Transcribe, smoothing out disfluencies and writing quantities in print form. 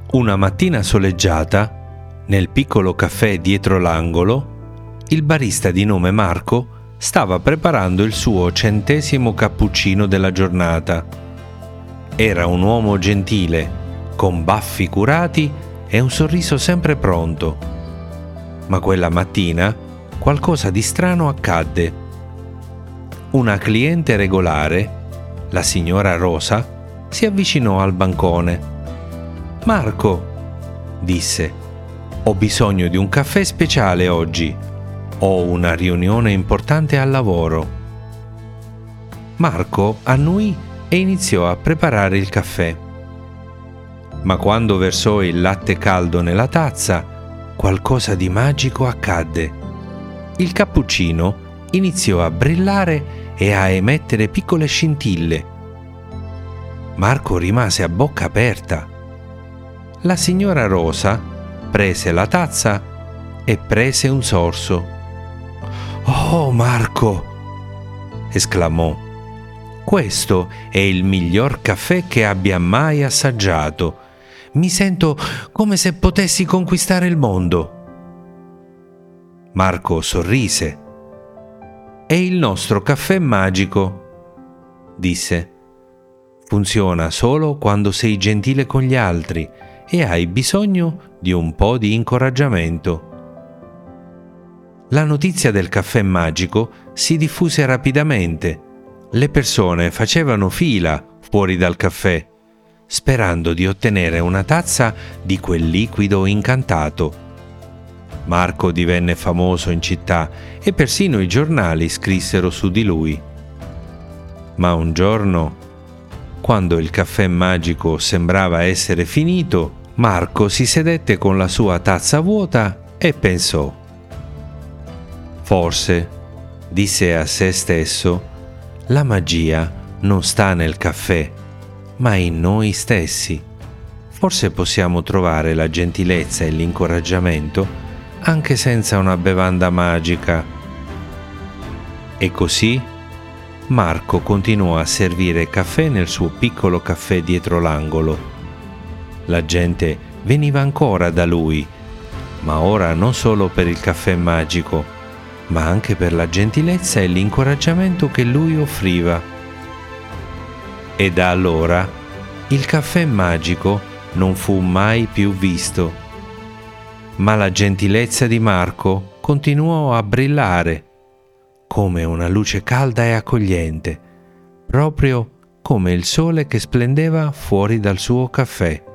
Una mattina soleggiata, nel piccolo caffè dietro l'angolo, il barista di nome Marco stava preparando il suo 100° cappuccino della giornata. Era un uomo gentile, con baffi curati e un sorriso sempre pronto. Ma quella mattina qualcosa di strano accadde. Una cliente regolare, la signora Rosa, si avvicinò al bancone. «Marco», disse, «ho bisogno di un caffè speciale oggi. Ho una riunione importante al lavoro». Marco annuì e iniziò a preparare il caffè. Ma quando versò il latte caldo nella tazza, qualcosa di magico accadde. Il cappuccino iniziò a brillare e a emettere piccole scintille. Marco rimase a bocca aperta. La signora Rosa prese la tazza e prese un sorso. «Oh, Marco!» esclamò. «Questo è il miglior caffè che abbia mai assaggiato. Mi sento come se potessi conquistare il mondo». Marco sorrise. «È il nostro caffè magico», disse. «Funziona solo quando sei gentile con gli altri e hai bisogno di un po' di incoraggiamento». La notizia del caffè magico si diffuse rapidamente. Le persone facevano fila fuori dal caffè, sperando di ottenere una tazza di quel liquido incantato. Marco divenne famoso in città e persino i giornali scrissero su di lui. Ma un giorno, quando il caffè magico sembrava essere finito, Marco si sedette con la sua tazza vuota e pensò. «Forse», disse a se stesso, «la magia non sta nel caffè, ma in noi stessi. Forse possiamo trovare la gentilezza e l'incoraggiamento anche senza una bevanda magica». E così Marco continuò a servire caffè nel suo piccolo caffè dietro l'angolo. La gente veniva ancora da lui, ma ora non solo per il caffè magico, ma anche per la gentilezza e l'incoraggiamento che lui offriva. E da allora il caffè magico non fu mai più visto, ma la gentilezza di Marco continuò a brillare come una luce calda e accogliente, proprio come il sole che splendeva fuori dal suo caffè.